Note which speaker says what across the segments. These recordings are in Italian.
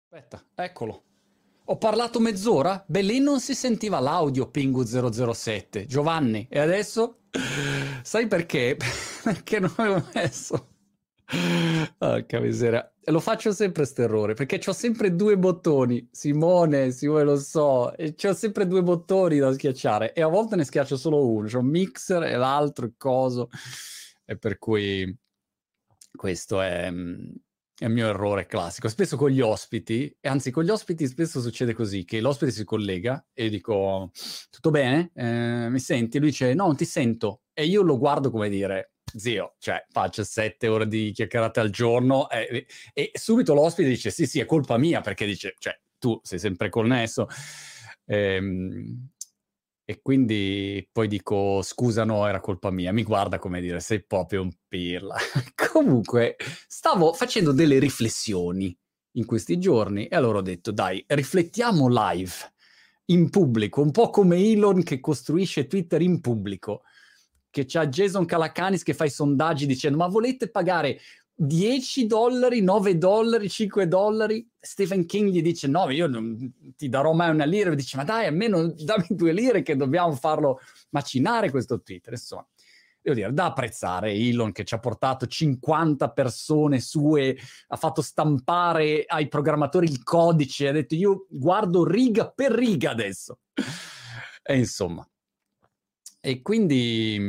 Speaker 1: Aspetta, eccolo. Ho parlato mezz'ora? Beh, lì non si sentiva l'audio Pingu 007. Giovanni, e adesso? Sai perché? Perché non avevo messo... Porca miseria. E lo faccio sempre sto errore, perché c'ho sempre due bottoni. Simone, lo so. E c'ho sempre due bottoni da schiacciare. E a volte ne schiaccio solo uno. C'ho un mixer e l'altro, il coso. E per cui questo è il mio errore classico. Spesso con gli ospiti, e anzi con gli ospiti spesso succede così, che l'ospite si collega e io dico, tutto bene? Mi senti? Lui dice, no, non ti sento. E io lo guardo come dire, zio, cioè faccio 7 ore di chiacchierate al giorno e subito l'ospite dice, sì, sì, è colpa mia, perché dice, cioè, tu sei sempre connesso. Ehm, e quindi poi dico, scusa, no, era colpa mia. Mi guarda come dire, sei proprio un pirla. Comunque, stavo facendo delle riflessioni in questi giorni e allora ho detto, dai, riflettiamo live, in pubblico, un po' come Elon che costruisce Twitter in pubblico, che c'ha Jason Calacanis che fa i sondaggi dicendo, ma volete pagare 10 dollari, 9 dollari, 5 dollari? Stephen King gli dice, no, io non ti darò mai una lira, e dice, ma dai, almeno dammi 2 lire che dobbiamo farlo macinare questo Twitter, insomma. Devo dire, da apprezzare Elon che ci ha portato 50 persone sue, ha fatto stampare ai programmatori il codice, ha detto io guardo riga per riga adesso. E insomma. E quindi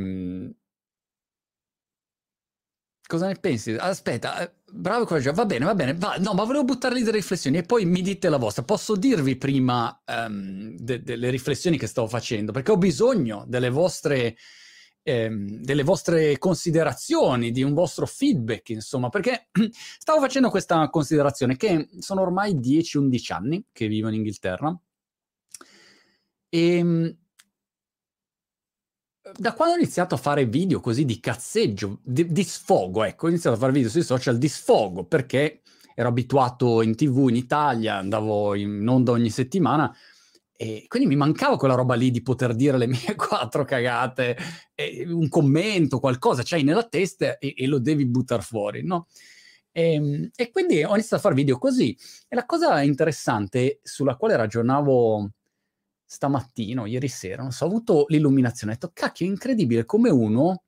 Speaker 1: cosa ne pensi? Aspetta, bravo coraggio, va bene, va. No, ma volevo buttare lì delle riflessioni e poi mi dite la vostra. Posso dirvi prima delle riflessioni che stavo facendo, perché ho bisogno delle vostre considerazioni, di un vostro feedback, insomma, perché stavo facendo questa considerazione che sono ormai 10-11 anni che vivo in Inghilterra e da quando ho iniziato a fare video così di cazzeggio, di sfogo, ecco, ho iniziato a fare video sui social di sfogo perché ero abituato in TV in Italia, andavo in onda ogni settimana e quindi mi mancava quella roba lì di poter dire le mie quattro cagate, un commento, qualcosa, c'hai nella testa e lo devi buttare fuori, no? E quindi ho iniziato a fare video così. E la cosa interessante sulla quale ragionavo stamattina, o ieri sera, non so, ho avuto l'illuminazione, ho detto, cacchio, è incredibile come uno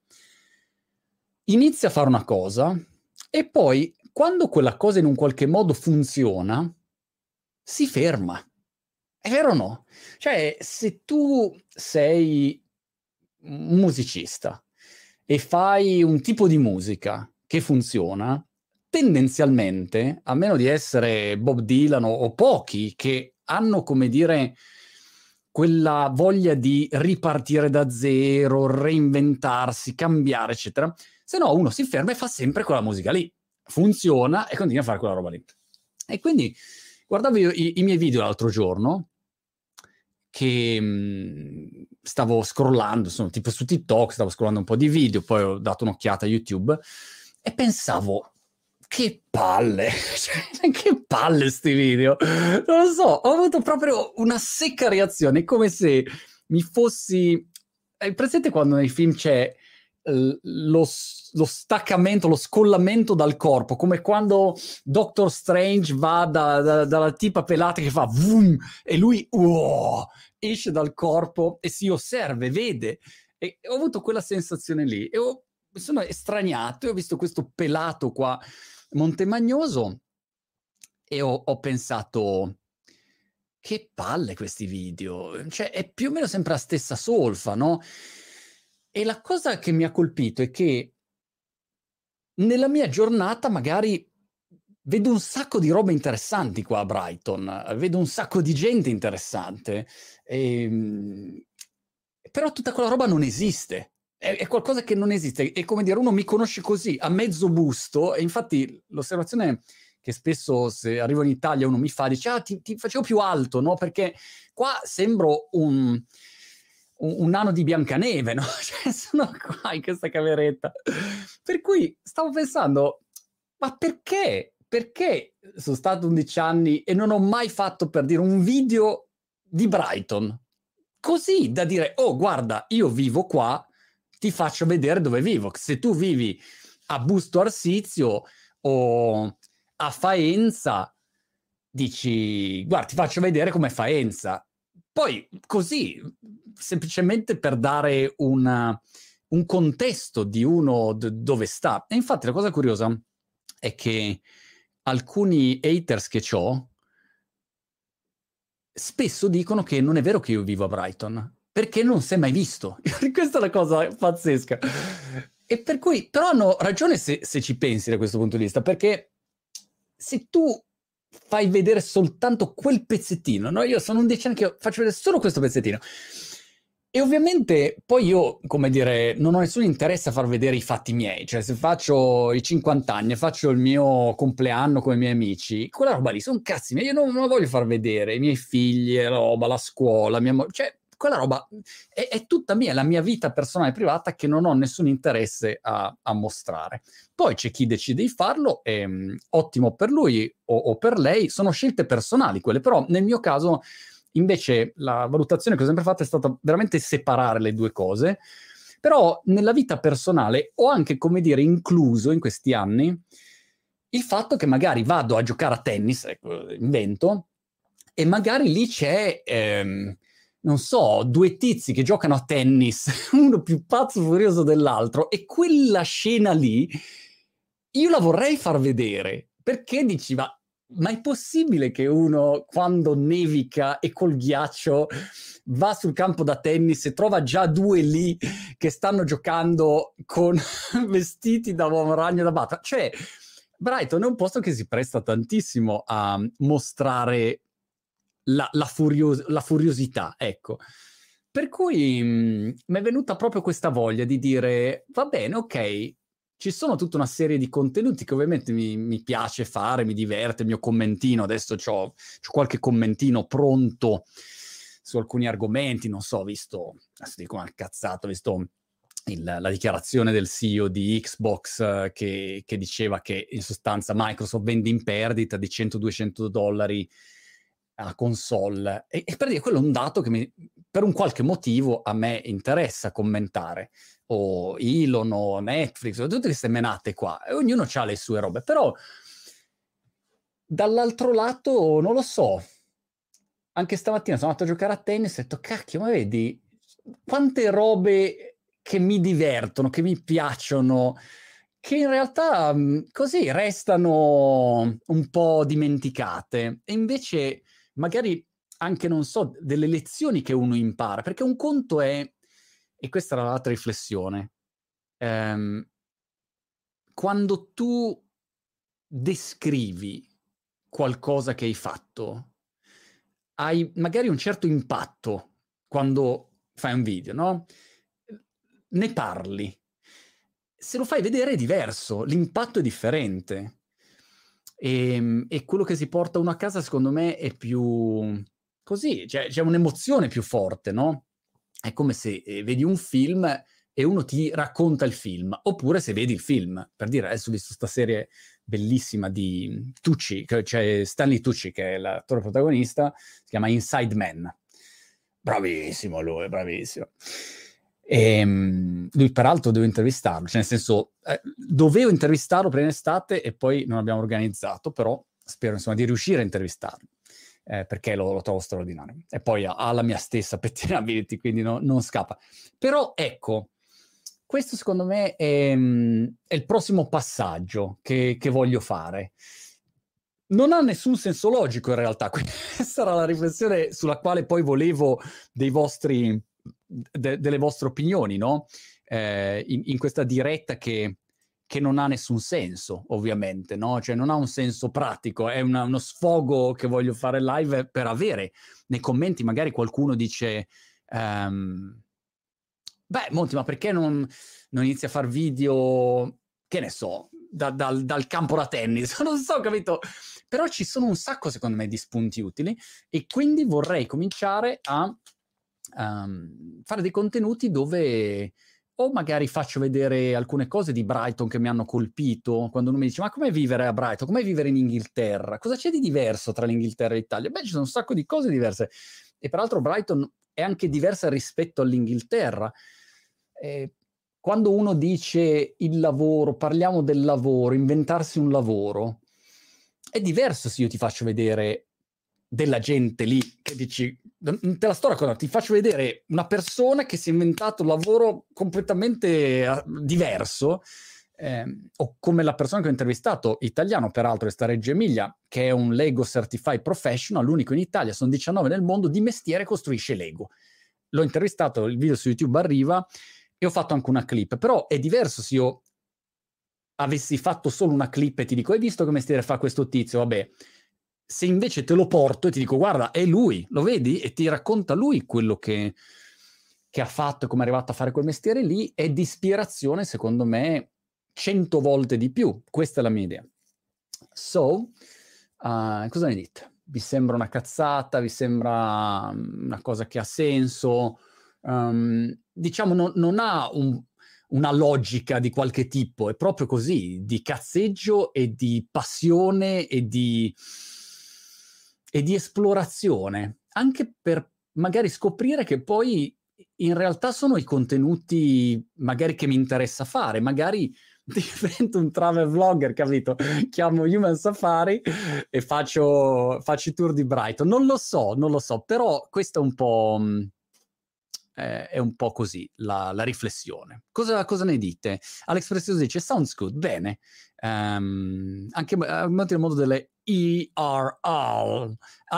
Speaker 1: inizia a fare una cosa e poi, quando quella cosa in un qualche modo funziona, si ferma. È vero o no? Cioè, se tu sei un musicista e fai un tipo di musica che funziona, tendenzialmente, a meno di essere Bob Dylan o pochi che hanno, come dire, quella voglia di ripartire da zero, reinventarsi, cambiare, eccetera, se no uno si ferma e fa sempre quella musica lì. Funziona e continua a fare quella roba lì. E quindi guardavo i miei video l'altro giorno che stavo scrollando, insomma, tipo su TikTok, stavo scrollando un po' di video, poi ho dato un'occhiata a YouTube e pensavo, che palle, cioè, che palle sti video, non lo so, ho avuto proprio una secca reazione, come se mi fossi... Hai presente quando nei film c'è lo staccamento, lo scollamento dal corpo, come quando Doctor Strange va dalla tipa pelata che fa vroom, e lui esce dal corpo e si osserva e vede. E ho avuto quella sensazione lì e mi sono estraniato e ho visto questo pelato qua montemagnoso e ho pensato che palle questi video, cioè è più o meno sempre la stessa solfa, no? E la cosa che mi ha colpito è che nella mia giornata magari vedo un sacco di robe interessanti qua a Brighton, vedo un sacco di gente interessante, però tutta quella roba non esiste. È qualcosa che non esiste. È come dire, uno mi conosce così, a mezzo busto, e infatti l'osservazione che spesso se arrivo in Italia uno mi fa, dice, ah, ti facevo più alto, no? Perché qua sembro un nano di Biancaneve, no? Cioè, sono qua in questa cameretta. Per cui stavo pensando, ma perché? Perché sono stato 11 anni e non ho mai fatto, per dire, un video di Brighton? Così da dire, oh, guarda, io vivo qua, ti faccio vedere dove vivo. Se tu vivi a Busto Arsizio o a Faenza, dici, guarda, ti faccio vedere come fa Enza. Poi così, semplicemente per dare un contesto di uno dove sta. E infatti la cosa curiosa è che alcuni haters che ho spesso dicono che non è vero che io vivo a Brighton, perché non si è mai visto. Questa è la cosa pazzesca. E per cui, però hanno ragione se ci pensi da questo punto di vista, perché se tu fai vedere soltanto quel pezzettino, no? Io sono un decennio che faccio vedere solo questo pezzettino. E ovviamente poi io, come dire, non ho nessun interesse a far vedere i fatti miei, cioè se faccio i 50 anni e faccio il mio compleanno con i miei amici, quella roba lì sono cazzi miei, io non la voglio far vedere, i miei figli, la roba, la scuola, cioè quella roba è tutta mia, è la mia vita personale e privata che non ho nessun interesse a mostrare. Poi c'è chi decide di farlo, e, ottimo per lui o per lei, sono scelte personali quelle, però nel mio caso invece la valutazione che ho sempre fatto è stata veramente separare le due cose, però nella vita personale ho anche, come dire, incluso in questi anni il fatto che magari vado a giocare a tennis, ecco, invento, e magari lì c'è, non so, due tizi che giocano a tennis, uno più pazzo furioso dell'altro, e quella scena lì io la vorrei far vedere, perché dici, ma è possibile che uno, quando nevica e col ghiaccio, va sul campo da tennis e trova già due lì che stanno giocando con vestiti da uomo ragno da bata? Cioè, Brighton è un posto che si presta tantissimo a mostrare la furiosità, ecco. Per cui mi è venuta proprio questa voglia di dire, va bene, ok, ci sono tutta una serie di contenuti che ovviamente mi piace fare, mi diverte, il mio commentino, adesso c'ho qualche commentino pronto su alcuni argomenti, non so, visto, adesso dico una cazzata, visto la dichiarazione del CEO di Xbox che diceva che in sostanza Microsoft vende in perdita di $100-200 a console, e per dire, quello è un dato che per un qualche motivo a me interessa commentare, o Elon o Netflix, o tutte queste menate qua, e ognuno ha le sue robe, però dall'altro lato non lo so, anche stamattina sono andato a giocare a tennis e ho detto, cacchio, ma vedi quante robe che mi divertono, che mi piacciono, che in realtà così restano un po' dimenticate, e invece magari anche, non so, delle lezioni che uno impara, perché un conto è, e questa era l'altra riflessione, quando tu descrivi qualcosa che hai fatto, hai magari un certo impatto quando fai un video, no? Ne parli. Se lo fai vedere è diverso, l'impatto è differente. E quello che si porta uno a casa, secondo me, è più così, cioè c'è un'emozione più forte, no? È come se vedi un film e uno ti racconta il film, oppure se vedi il film. Per dire, adesso ho visto questa serie bellissima di Tucci, cioè Stanley Tucci, che è l'attore protagonista, si chiama Inside Man. Bravissimo lui, bravissimo. Lui peraltro devo intervistarlo, cioè nel senso dovevo intervistarlo prima estate e poi non abbiamo organizzato, però spero insomma di riuscire a intervistarlo, perché lo trovo straordinario. E poi ha la mia stessa pettinability, quindi non scappa. Però ecco, questo secondo me è il prossimo passaggio che voglio fare. Non ha nessun senso logico in realtà, questa era la riflessione sulla quale poi volevo delle vostre opinioni, no? In questa diretta che non ha nessun senso, ovviamente, no? Cioè non ha un senso pratico, è uno sfogo che voglio fare live per avere nei commenti, magari qualcuno dice beh, Monti, ma perché non inizi a far video, che ne so, dal campo da tennis? Non so, capito? Però ci sono un sacco, secondo me, di spunti utili, e quindi vorrei cominciare a fare dei contenuti dove o magari faccio vedere alcune cose di Brighton che mi hanno colpito, quando uno mi dice, ma com'è vivere a Brighton? Com'è vivere in Inghilterra? Cosa c'è di diverso tra l'Inghilterra e l'Italia? Beh, ci sono un sacco di cose diverse. E peraltro Brighton è anche diversa rispetto all'Inghilterra. Quando uno dice il lavoro, parliamo del lavoro, inventarsi un lavoro, È diverso se io ti faccio vedere della gente lì che dici, te la sto raccontando, ti faccio vedere una persona che si è inventato un lavoro completamente diverso, o come la persona che ho intervistato, italiano peraltro, è sta Reggio Emilia, che è un Lego Certified Professional, l'unico in Italia, sono 19 nel mondo, di mestiere costruisce Lego. L'ho intervistato, il video su YouTube arriva, e ho fatto anche una clip, però è diverso se io avessi fatto solo una clip e ti dico, hai visto che mestiere fa questo tizio? Vabbè, se invece te lo porto e ti dico, guarda, è lui, lo vedi? E ti racconta lui quello che ha fatto e come è arrivato a fare quel mestiere lì, è di ispirazione, secondo me, 100 volte di più. Questa è la mia idea. So, cosa ne dite? Vi sembra una cazzata? Vi sembra una cosa che ha senso? Diciamo, non ha una logica di qualche tipo, è proprio così, di cazzeggio e di passione e di esplorazione, anche per magari scoprire che poi in realtà sono i contenuti magari che mi interessa fare, magari divento un travel vlogger, capito? Chiamo Human Safari e faccio i tour di Brighton. Non lo so, però questo è un po' così la riflessione. Cosa ne dite? Alex Prezioso dice, sounds good, bene. Anche nel modo delle ERL,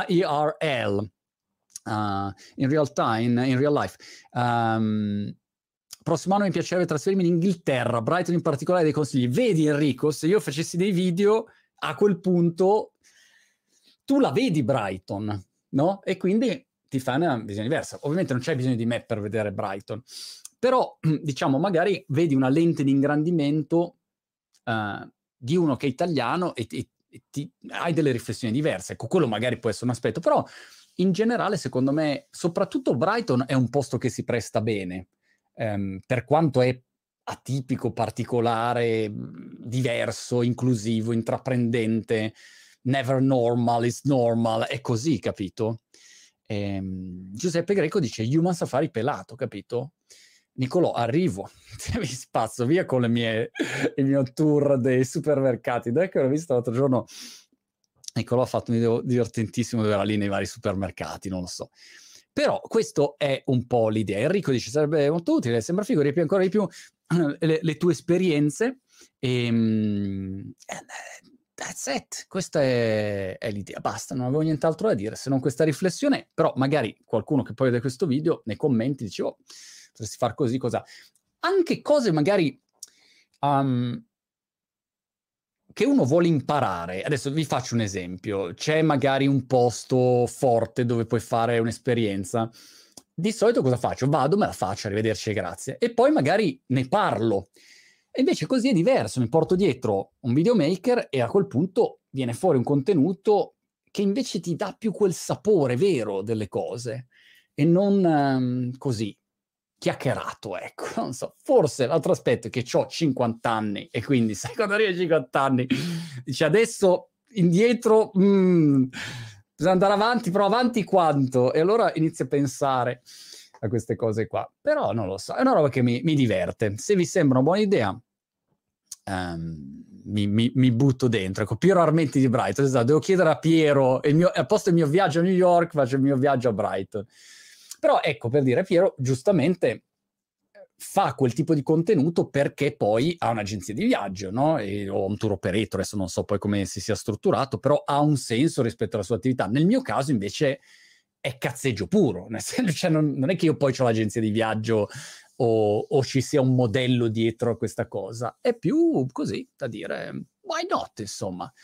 Speaker 1: in real time, in real life. Prossimo anno mi piacerebbe trasferirmi in Inghilterra, Brighton in particolare, dei consigli. Vedi Enrico, se io facessi dei video, a quel punto tu la vedi Brighton, no? E quindi ti fai una visione diversa. Ovviamente non c'è bisogno di me per vedere Brighton, però diciamo magari vedi una lente di ingrandimento di uno che è italiano e hai delle riflessioni diverse. Ecco, quello magari può essere un aspetto, però in generale secondo me soprattutto Brighton è un posto che si presta bene, per quanto è atipico, particolare, diverso, inclusivo, intraprendente, never normal is normal, è così, capito? Giuseppe Greco dice Human Safari pelato, capito? Nicolò, arrivo, mi spazzo via con il mio tour dei supermercati. Dai che l'ho visto l'altro giorno, Nicolò ha fatto un video divertentissimo dove era lì nei vari supermercati, non lo so. Però questo è un po' l'idea. Enrico dice, sarebbe molto utile, sembra figo, riempi ancora di più le tue esperienze. That's it, questa è l'idea, basta, non avevo nient'altro da dire se non questa riflessione, però magari qualcuno che poi vede questo video nei commenti dice, oh, potresti far così, cosa? Anche cose magari che uno vuole imparare. Adesso vi faccio un esempio. C'è magari un posto forte dove puoi fare un'esperienza. Di solito cosa faccio? Vado, me la faccio, arrivederci e grazie. E poi magari ne parlo. E invece così è diverso, mi porto dietro un videomaker e a quel punto viene fuori un contenuto che invece ti dà più quel sapore vero delle cose e non così chiacchierato, ecco, non so. Forse l'altro aspetto è che ho 50 anni e quindi sai quando arrivi a 50 anni dici adesso indietro bisogna andare avanti, però avanti quanto? E allora inizio a pensare a queste cose qua, però non lo so, è una roba che mi diverte. Se vi sembra una buona idea mi butto dentro. Ecco, Piero Armenti di Brighton, esatto, devo chiedere a Piero, a posto il mio viaggio a New York, faccio il mio viaggio a Brighton. Però ecco, per dire, Piero giustamente fa quel tipo di contenuto perché poi ha un'agenzia di viaggio, no? O un tour operator, adesso non so poi come si sia strutturato, però ha un senso rispetto alla sua attività. Nel mio caso invece è cazzeggio puro, nel senso, cioè non è che io poi ho l'agenzia di viaggio o ci sia un modello dietro a questa cosa, è più così da dire why not, insomma.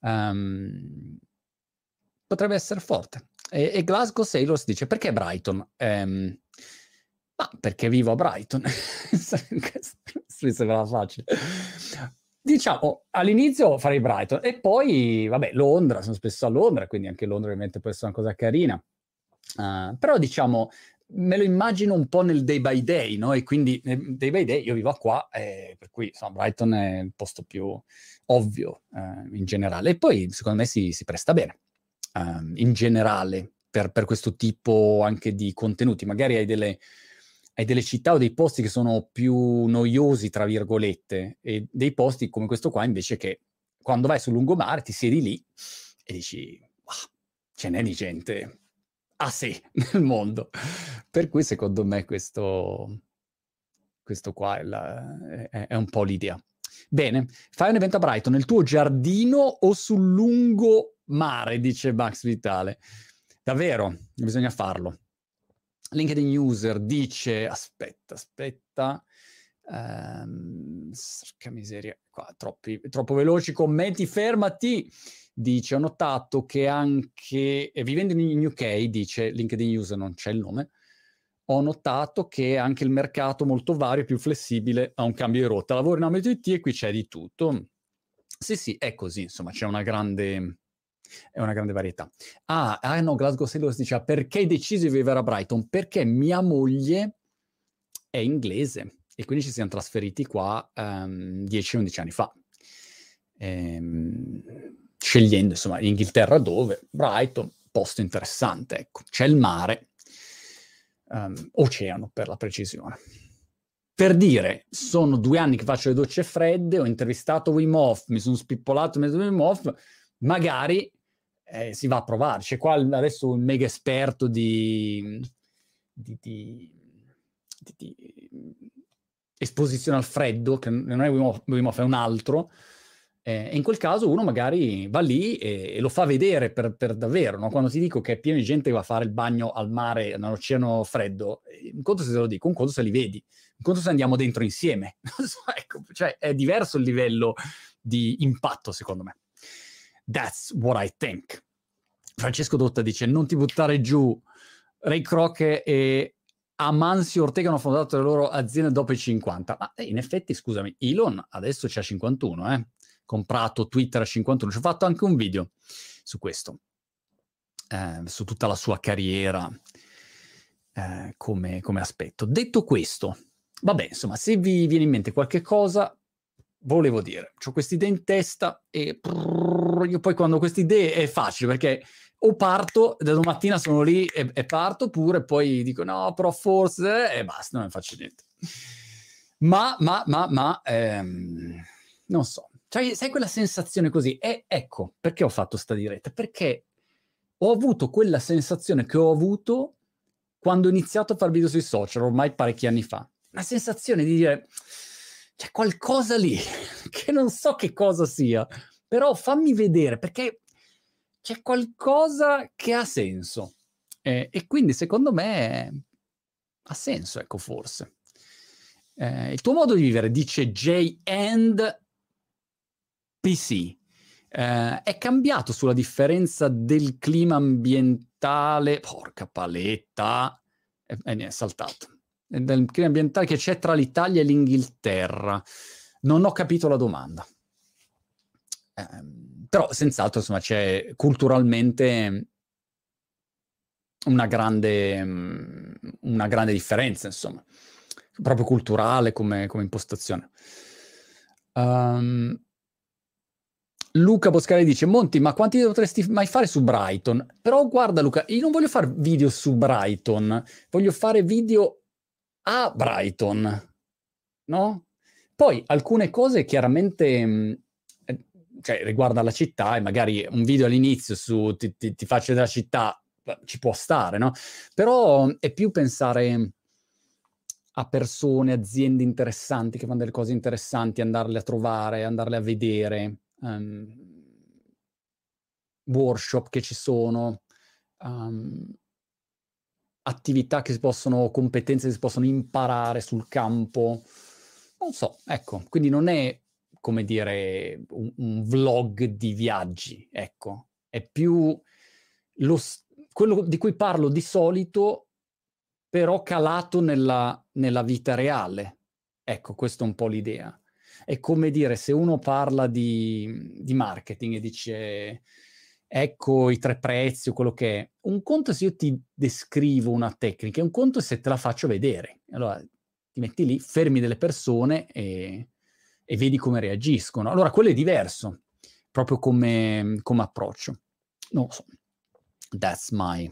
Speaker 1: Potrebbe essere forte. E Glasgow Sailors dice perché Brighton? Ma perché vivo a Brighton. Mi sembra facile. Diciamo, all'inizio farei Brighton e poi, vabbè, Londra, sono spesso a Londra, quindi anche Londra ovviamente può essere una cosa carina. Però diciamo, me lo immagino un po' nel day by day, no? E quindi nel day by day io vivo qua, per cui insomma, Brighton è il posto più ovvio in generale. E poi secondo me si presta bene in generale per questo tipo anche di contenuti. Magari hai delle città o dei posti che sono più noiosi, tra virgolette, e dei posti come questo qua invece che quando vai sul lungomare ti siedi lì e dici, ce n'è di gente a sé nel mondo. Per cui secondo me questo qua è un po' l'idea. Bene, fai un evento a Brighton nel tuo giardino o sul lungomare, dice Max Vitale. Davvero, bisogna farlo. LinkedIn user dice, aspetta, che miseria, qua, troppo veloci commenti, fermati. Dice, ho notato che anche, vivendo in UK, dice, LinkedIn user non c'è il nome, ho notato che anche il mercato molto vario, più flessibile, a un cambio di rotta. Lavoro in ambito IT e qui c'è di tutto. Sì, è così, insomma, c'è una grande varietà. No, Glasgow Sailors diceva, perché hai deciso di vivere a Brighton? Perché mia moglie è inglese e quindi ci siamo trasferiti qua 10-11 anni fa. Scegliendo, insomma, Inghilterra dove? Brighton, posto interessante, ecco. C'è il mare, oceano per la precisione. Per dire, sono 2 anni che faccio le docce fredde, ho intervistato Wim Hof, mi sono spippolato mezzo Wim Hof, magari si va a provare. C'è qua adesso un mega esperto di esposizione al freddo, che non è Wim Hof, è un altro, e in quel caso uno magari va lì e lo fa vedere per davvero, no? Quando ti dico che è pieno di gente che va a fare il bagno al mare, nell'oceano freddo, un conto se te lo dico, un conto se li vedi, un conto se andiamo dentro insieme. Ecco, cioè è diverso il livello di impatto, secondo me. That's what I think. Francesco Dotta dice, non ti buttare giù, Ray Kroc e Amancio Ortega hanno fondato le loro aziende dopo i 50. Ma in effetti, scusami, Elon adesso c'ha 51, comprato Twitter a 51. Ci ho fatto anche un video su questo, su tutta la sua carriera come aspetto. Detto questo, vabbè, insomma, se vi viene in mente qualche cosa, volevo dire, ho queste idee in testa e io poi quando ho queste idee è facile perché o parto, da domattina sono lì e parto, oppure poi dico no, però forse, e basta, non ne faccio niente. Ma, non so, cioè, sai quella sensazione così? E ecco, perché ho fatto sta diretta? Perché ho avuto quella sensazione che ho avuto quando ho iniziato a fare video sui social, ormai parecchi anni fa. Una sensazione di dire, c'è qualcosa lì, che non so che cosa sia, però fammi vedere, perché c'è qualcosa che ha senso. E quindi, secondo me, ha senso, ecco, forse. Il tuo modo di vivere, dice J&PC, è cambiato sulla differenza del clima ambientale, porca paletta, è saltato, del clima ambientale che c'è tra l'Italia e l'Inghilterra. Non ho capito la domanda. Però senz'altro, insomma, c'è culturalmente una grande differenza, insomma, proprio culturale come impostazione. Luca Boscari dice, Monti, ma quanti potresti mai fare su Brighton? Però guarda Luca, io non voglio fare video su Brighton, voglio fare video a Brighton, no? Poi alcune cose chiaramente cioè, riguarda la città e magari un video all'inizio su ti faccio vedere la città, ci può stare, no? Però è più pensare a persone, aziende interessanti che fanno delle cose interessanti, andarle a trovare, andarle a vedere, workshop che ci sono, attività che si possono, competenze che si possono imparare sul campo. Non so, ecco, quindi non è come dire un vlog di viaggi, ecco, è più quello di cui parlo di solito, però calato nella vita reale. Ecco, questa è un po' l'idea. È come dire, se uno parla di marketing e dice ecco i 3 prezzi o quello che è, un conto è se io ti descrivo una tecnica, e un conto è se te la faccio vedere. Allora ti metti lì, fermi delle persone e vedi come reagiscono. Allora quello è diverso, proprio come approccio. Non lo so. That's my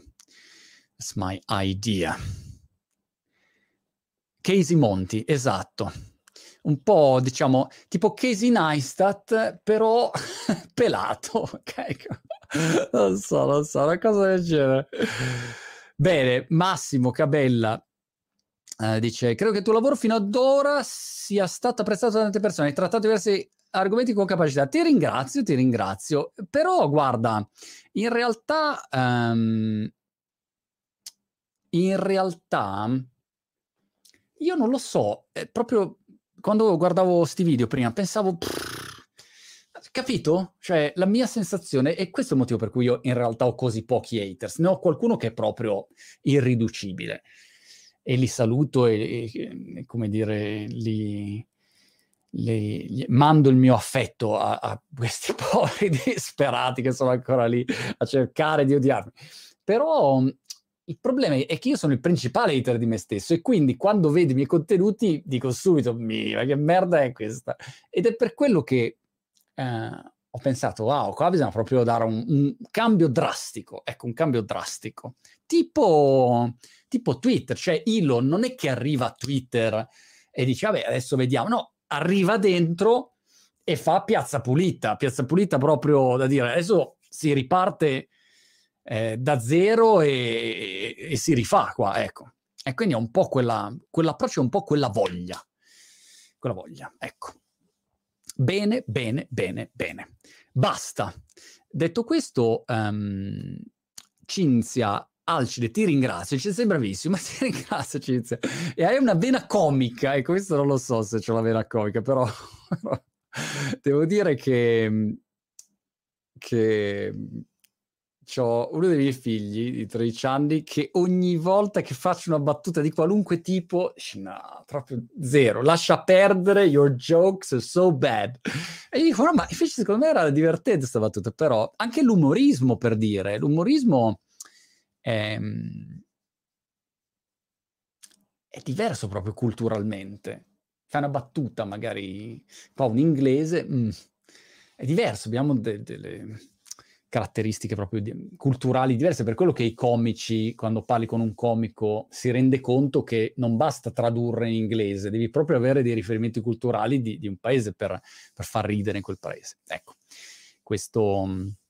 Speaker 1: idea. Casey Monti, esatto. un po', diciamo, tipo Casey Neistat, però pelato, ok? Non so, una cosa del genere. Bene, Massimo Cabella dice, credo che il tuo lavoro fino ad ora sia stato apprezzato da tante persone, hai trattato diversi argomenti con capacità. Ti ringrazio. Però, guarda, in realtà, io non lo so, proprio quando guardavo sti video prima pensavo, capito? Cioè, la mia sensazione, e questo è il motivo per cui io in realtà ho così pochi haters, ne ho qualcuno che è proprio irriducibile, e li saluto e come dire, gli mando il mio affetto a questi poveri disperati che sono ancora lì a cercare di odiarmi. Però il problema è che io sono il principale hater di me stesso e quindi quando vedo i miei contenuti dico subito, ma che merda è questa? Ed è per quello che ho pensato, wow, qua bisogna proprio dare un cambio drastico, ecco, un cambio drastico. Tipo Twitter, cioè Elon non è che arriva a Twitter e dice, vabbè, adesso vediamo, no, arriva dentro e fa piazza pulita proprio da dire, adesso si riparte da zero e si rifà qua, ecco. E quindi è un po' quell'approccio, è un po' quella voglia, ecco. Bene. Basta. Detto questo, Cinzia Alcide, ti ringrazio, ci sei bravissimo, ma ti ringrazio Cinzia. E hai una vena comica, e questo non lo so se c'ho la vena comica, però devo dire che c'ho uno dei miei figli di 13 anni che ogni volta che faccio una battuta di qualunque tipo, no, proprio zero, lascia perdere, your jokes are so bad. E gli dico, no, ma invece secondo me era divertente questa battuta, però anche l'umorismo, per dire, l'umorismo è diverso proprio culturalmente. Fai una battuta, magari qua un inglese, è diverso, abbiamo delle caratteristiche proprio culturali diverse, per quello che i comici, quando parli con un comico, si rende conto che non basta tradurre in inglese, devi proprio avere dei riferimenti culturali di un paese per far ridere in quel paese. Ecco, questo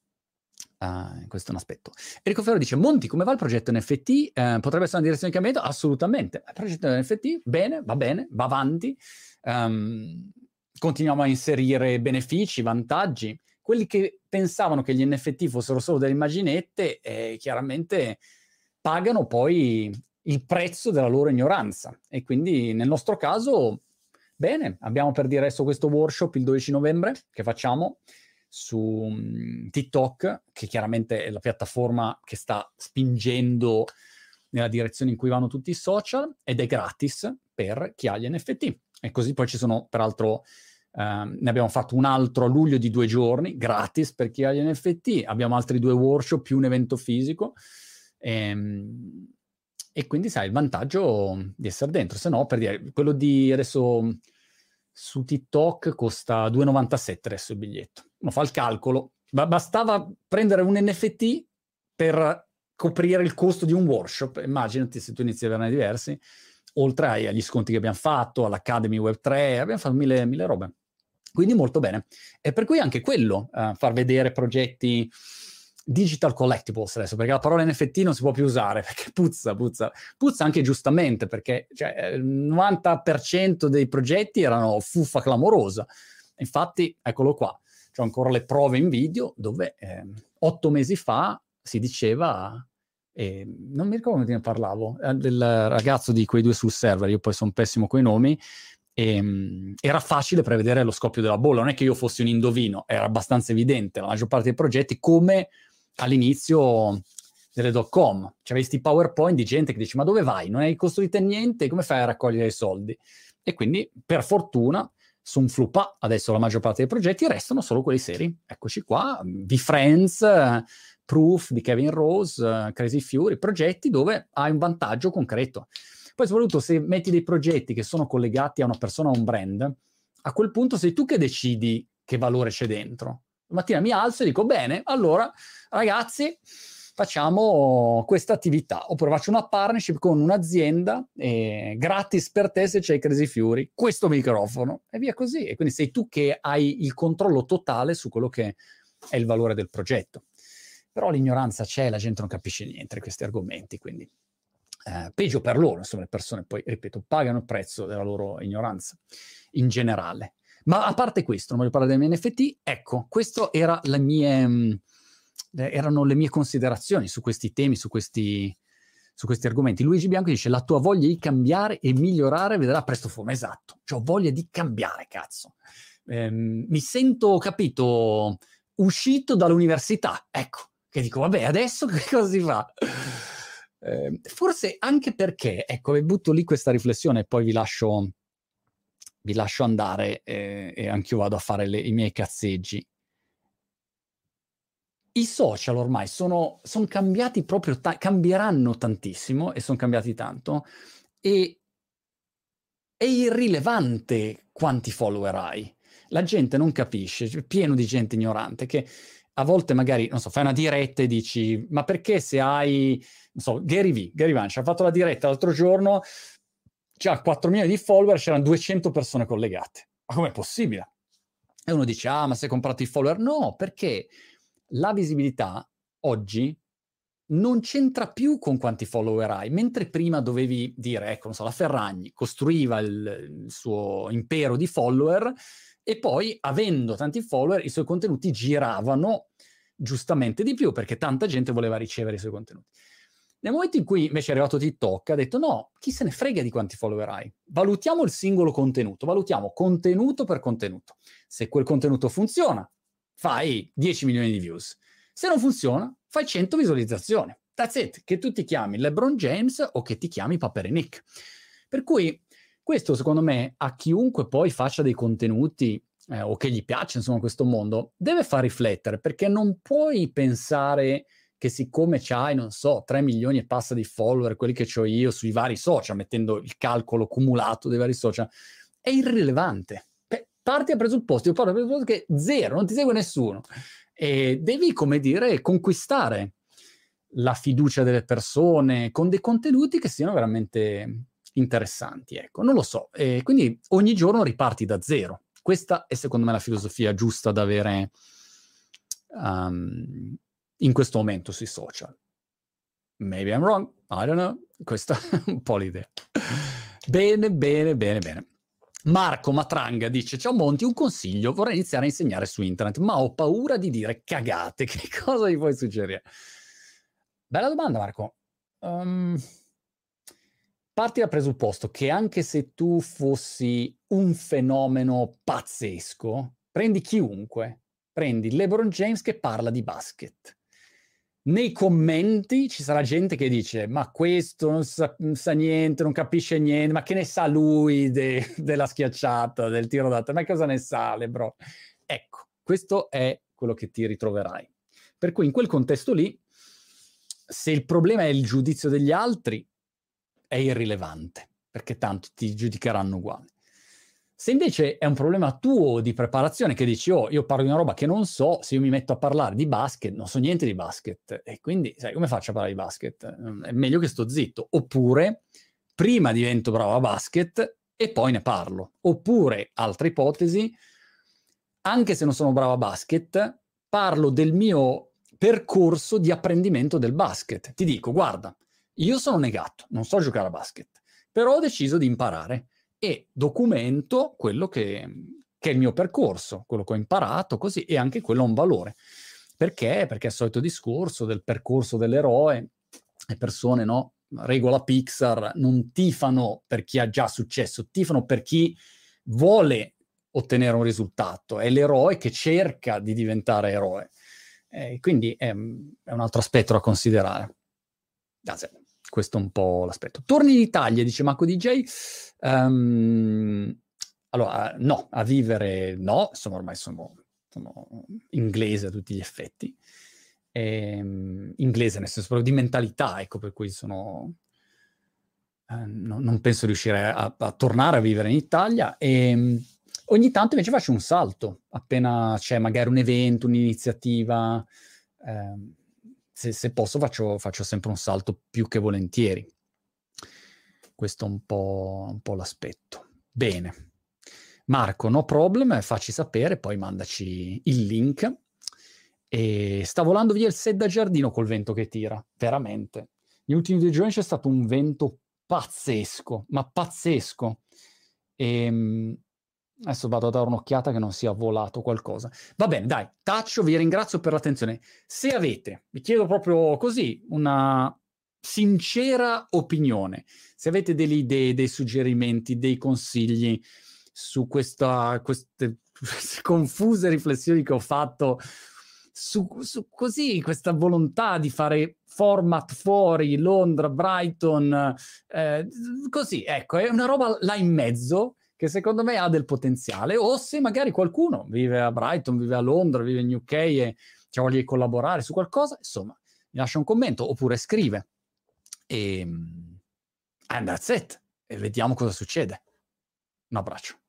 Speaker 1: è un aspetto. Enrico Ferro dice, Monti, come va il progetto NFT? Potrebbe essere una direzione di cambiamento? Assolutamente. Il progetto NFT, bene, va avanti. Continuiamo a inserire benefici, vantaggi. Quelli che pensavano che gli NFT fossero solo delle immaginette, chiaramente pagano poi il prezzo della loro ignoranza. E quindi nel nostro caso, bene, abbiamo per dire adesso questo workshop il 12 novembre che facciamo su TikTok, che chiaramente è la piattaforma che sta spingendo nella direzione in cui vanno tutti i social, ed è gratis per chi ha gli NFT. E così poi ci sono, peraltro, ne abbiamo fatto un altro a luglio di 2 giorni, gratis per chi ha gli NFT, abbiamo altri 2 workshop più un evento fisico, e quindi sai, il vantaggio di essere dentro, se no, per dire, quello di adesso su TikTok costa 2,97 adesso il biglietto. Uno fa il calcolo, bastava prendere un NFT per coprire il costo di un workshop, immaginati se tu inizi a averne diversi, oltre agli sconti che abbiamo fatto, all'Academy Web3, abbiamo fatto mille robe. Quindi molto bene. E per cui anche quello, far vedere progetti digital collectibles adesso, perché la parola NFT non si può più usare, perché puzza anche giustamente, perché cioè, il 90% dei progetti erano fuffa clamorosa. Infatti, eccolo qua, c'ho ancora le prove in video dove 8 mesi fa si diceva, non mi ricordo come ne parlavo, del ragazzo di quei 2 sul server, io poi sono pessimo coi nomi, era facile prevedere lo scoppio della bolla, non è che io fossi un indovino, era abbastanza evidente, la maggior parte dei progetti, come all'inizio delle .com, c'avevi questi PowerPoint di gente che dice, ma dove vai? Non hai costruito niente, come fai a raccogliere i soldi? E quindi, per fortuna, su un Flupa, adesso la maggior parte dei progetti restano solo quelli seri. Eccoci qua, V-Friends, Proof di Kevin Rose, Crazy Fury, progetti dove hai un vantaggio concreto. Poi soprattutto se metti dei progetti che sono collegati a una persona o a un brand, a quel punto sei tu che decidi che valore c'è dentro. La mattina mi alzo e dico, bene, allora, ragazzi, facciamo questa attività, oppure faccio una partnership con un'azienda gratis per te se c'hai Crazy Fury, questo microfono, e via così. E quindi sei tu che hai il controllo totale su quello che è il valore del progetto. Però l'ignoranza c'è, la gente non capisce niente di questi argomenti, quindi peggio per loro, insomma, le persone poi, ripeto, pagano il prezzo della loro ignoranza in generale. Ma a parte questo, non voglio parlare dei miei NFT, ecco, questo era erano le mie considerazioni su questi temi, su questi argomenti. Luigi Bianco dice: la tua voglia di cambiare e migliorare vedrà presto forma. Esatto, cioè, ho voglia di cambiare, cazzo. Mi sento, capito, uscito dall'università, ecco, che dico, vabbè, adesso che cosa si fa? Forse anche perché, ecco, butto lì questa riflessione e poi vi lascio andare e anche io vado a fare i miei cazzeggi. I social ormai sono cambiati proprio, cambieranno tantissimo e sono cambiati tanto, e è irrilevante quanti follower hai. La gente non capisce, è pieno di gente ignorante che a volte magari, non so, fai una diretta e dici, ma perché se hai, non so, Gary Vaynerchuk ha fatto la diretta l'altro giorno, c'ha 4 milioni di follower, c'erano 200 persone collegate. Ma com'è possibile? E uno dice, ma se hai comprato i follower? No, perché la visibilità oggi non c'entra più con quanti follower hai, mentre prima dovevi dire, ecco, non so, la Ferragni costruiva il suo impero di follower e poi, avendo tanti follower, i suoi contenuti giravano giustamente di più, perché tanta gente voleva ricevere i suoi contenuti. Nel momento in cui invece è arrivato TikTok, ha detto no, chi se ne frega di quanti follower hai? Valutiamo il singolo contenuto, valutiamo contenuto per contenuto. Se quel contenuto funziona, fai 10 milioni di views. Se non funziona, fai 100 visualizzazioni. That's it, che tu ti chiami LeBron James o che ti chiami Paperinik. Per cui questo, secondo me, a chiunque poi faccia dei contenuti o che gli piace, insomma, questo mondo, deve far riflettere, perché non puoi pensare che siccome c'hai, non so, 3 milioni e passa di follower, quelli che ho io sui vari social, mettendo il calcolo cumulato dei vari social, è irrilevante. Parti a presupposto, io parlo a presupposto che zero, non ti segue nessuno. E devi, come dire, conquistare la fiducia delle persone con dei contenuti che siano veramente interessanti, ecco, non lo so. E quindi ogni giorno riparti da zero. Questa è secondo me la filosofia giusta da avere in questo momento sui social. Maybe I'm wrong, I don't know. Questa è un po' l'idea. Bene. Marco Matranga dice: ciao Monti, un consiglio, vorrei iniziare a insegnare su internet, ma ho paura di dire cagate. Che cosa gli puoi suggerire? Bella domanda, Marco. Parti dal presupposto che anche se tu fossi un fenomeno pazzesco, prendi chiunque, prendi LeBron James che parla di basket. Nei commenti ci sarà gente che dice: ma questo non sa niente, non capisce niente, ma che ne sa lui della schiacciata, del tiro da tre, ma cosa ne sa LeBron? Ecco, questo è quello che ti ritroverai. Per cui in quel contesto lì, se il problema è il giudizio degli altri, è irrilevante, perché tanto ti giudicheranno uguali. Se invece è un problema tuo di preparazione, che dici, io parlo di una roba che non so, se io mi metto a parlare di basket, non so niente di basket, e quindi, sai, come faccio a parlare di basket? È meglio che sto zitto. Oppure, prima divento bravo a basket e poi ne parlo. Oppure, altra ipotesi, anche se non sono bravo a basket, parlo del mio percorso di apprendimento del basket. Ti dico, guarda, io sono negato, non so giocare a basket, però ho deciso di imparare e documento quello che è il mio percorso, quello che ho imparato, così, e anche quello ha un valore. Perché? Perché è il solito discorso del percorso dell'eroe, le persone, no? Regola Pixar, non tifano per chi ha già successo, tifano per chi vuole ottenere un risultato, è l'eroe che cerca di diventare eroe. Quindi è un altro aspetto da considerare. Questo è un po' l'aspetto. Torni in Italia, dice Marco DJ. Allora, no, a vivere no, insomma ormai sono inglese a tutti gli effetti. Inglese nel senso proprio di mentalità, ecco, per cui sono... non penso riuscire a tornare a vivere in Italia. E ogni tanto invece faccio un salto, appena c'è magari un evento, un'iniziativa... se posso faccio sempre un salto più che volentieri. Questo è un po' l'aspetto. Bene. Marco, no problem, facci sapere, poi mandaci il link. E sta volando via il set da giardino col vento che tira, veramente. Negli ultimi 2 giorni c'è stato un vento pazzesco, ma pazzesco. Adesso vado a dare un'occhiata che non sia volato qualcosa. Va bene, dai, taccio, vi ringrazio per l'attenzione. Se avete, vi chiedo proprio così, una sincera opinione, se avete delle idee, dei suggerimenti, dei consigli su queste confuse riflessioni che ho fatto su così questa volontà di fare format fuori, Londra, Brighton, così, ecco, è una roba là in mezzo che secondo me ha del potenziale, o se magari qualcuno vive a Brighton, vive a Londra, vive in UK e c'ha voglia di collaborare su qualcosa, insomma, mi lascia un commento oppure scrive. And that's it. E vediamo cosa succede. Un abbraccio.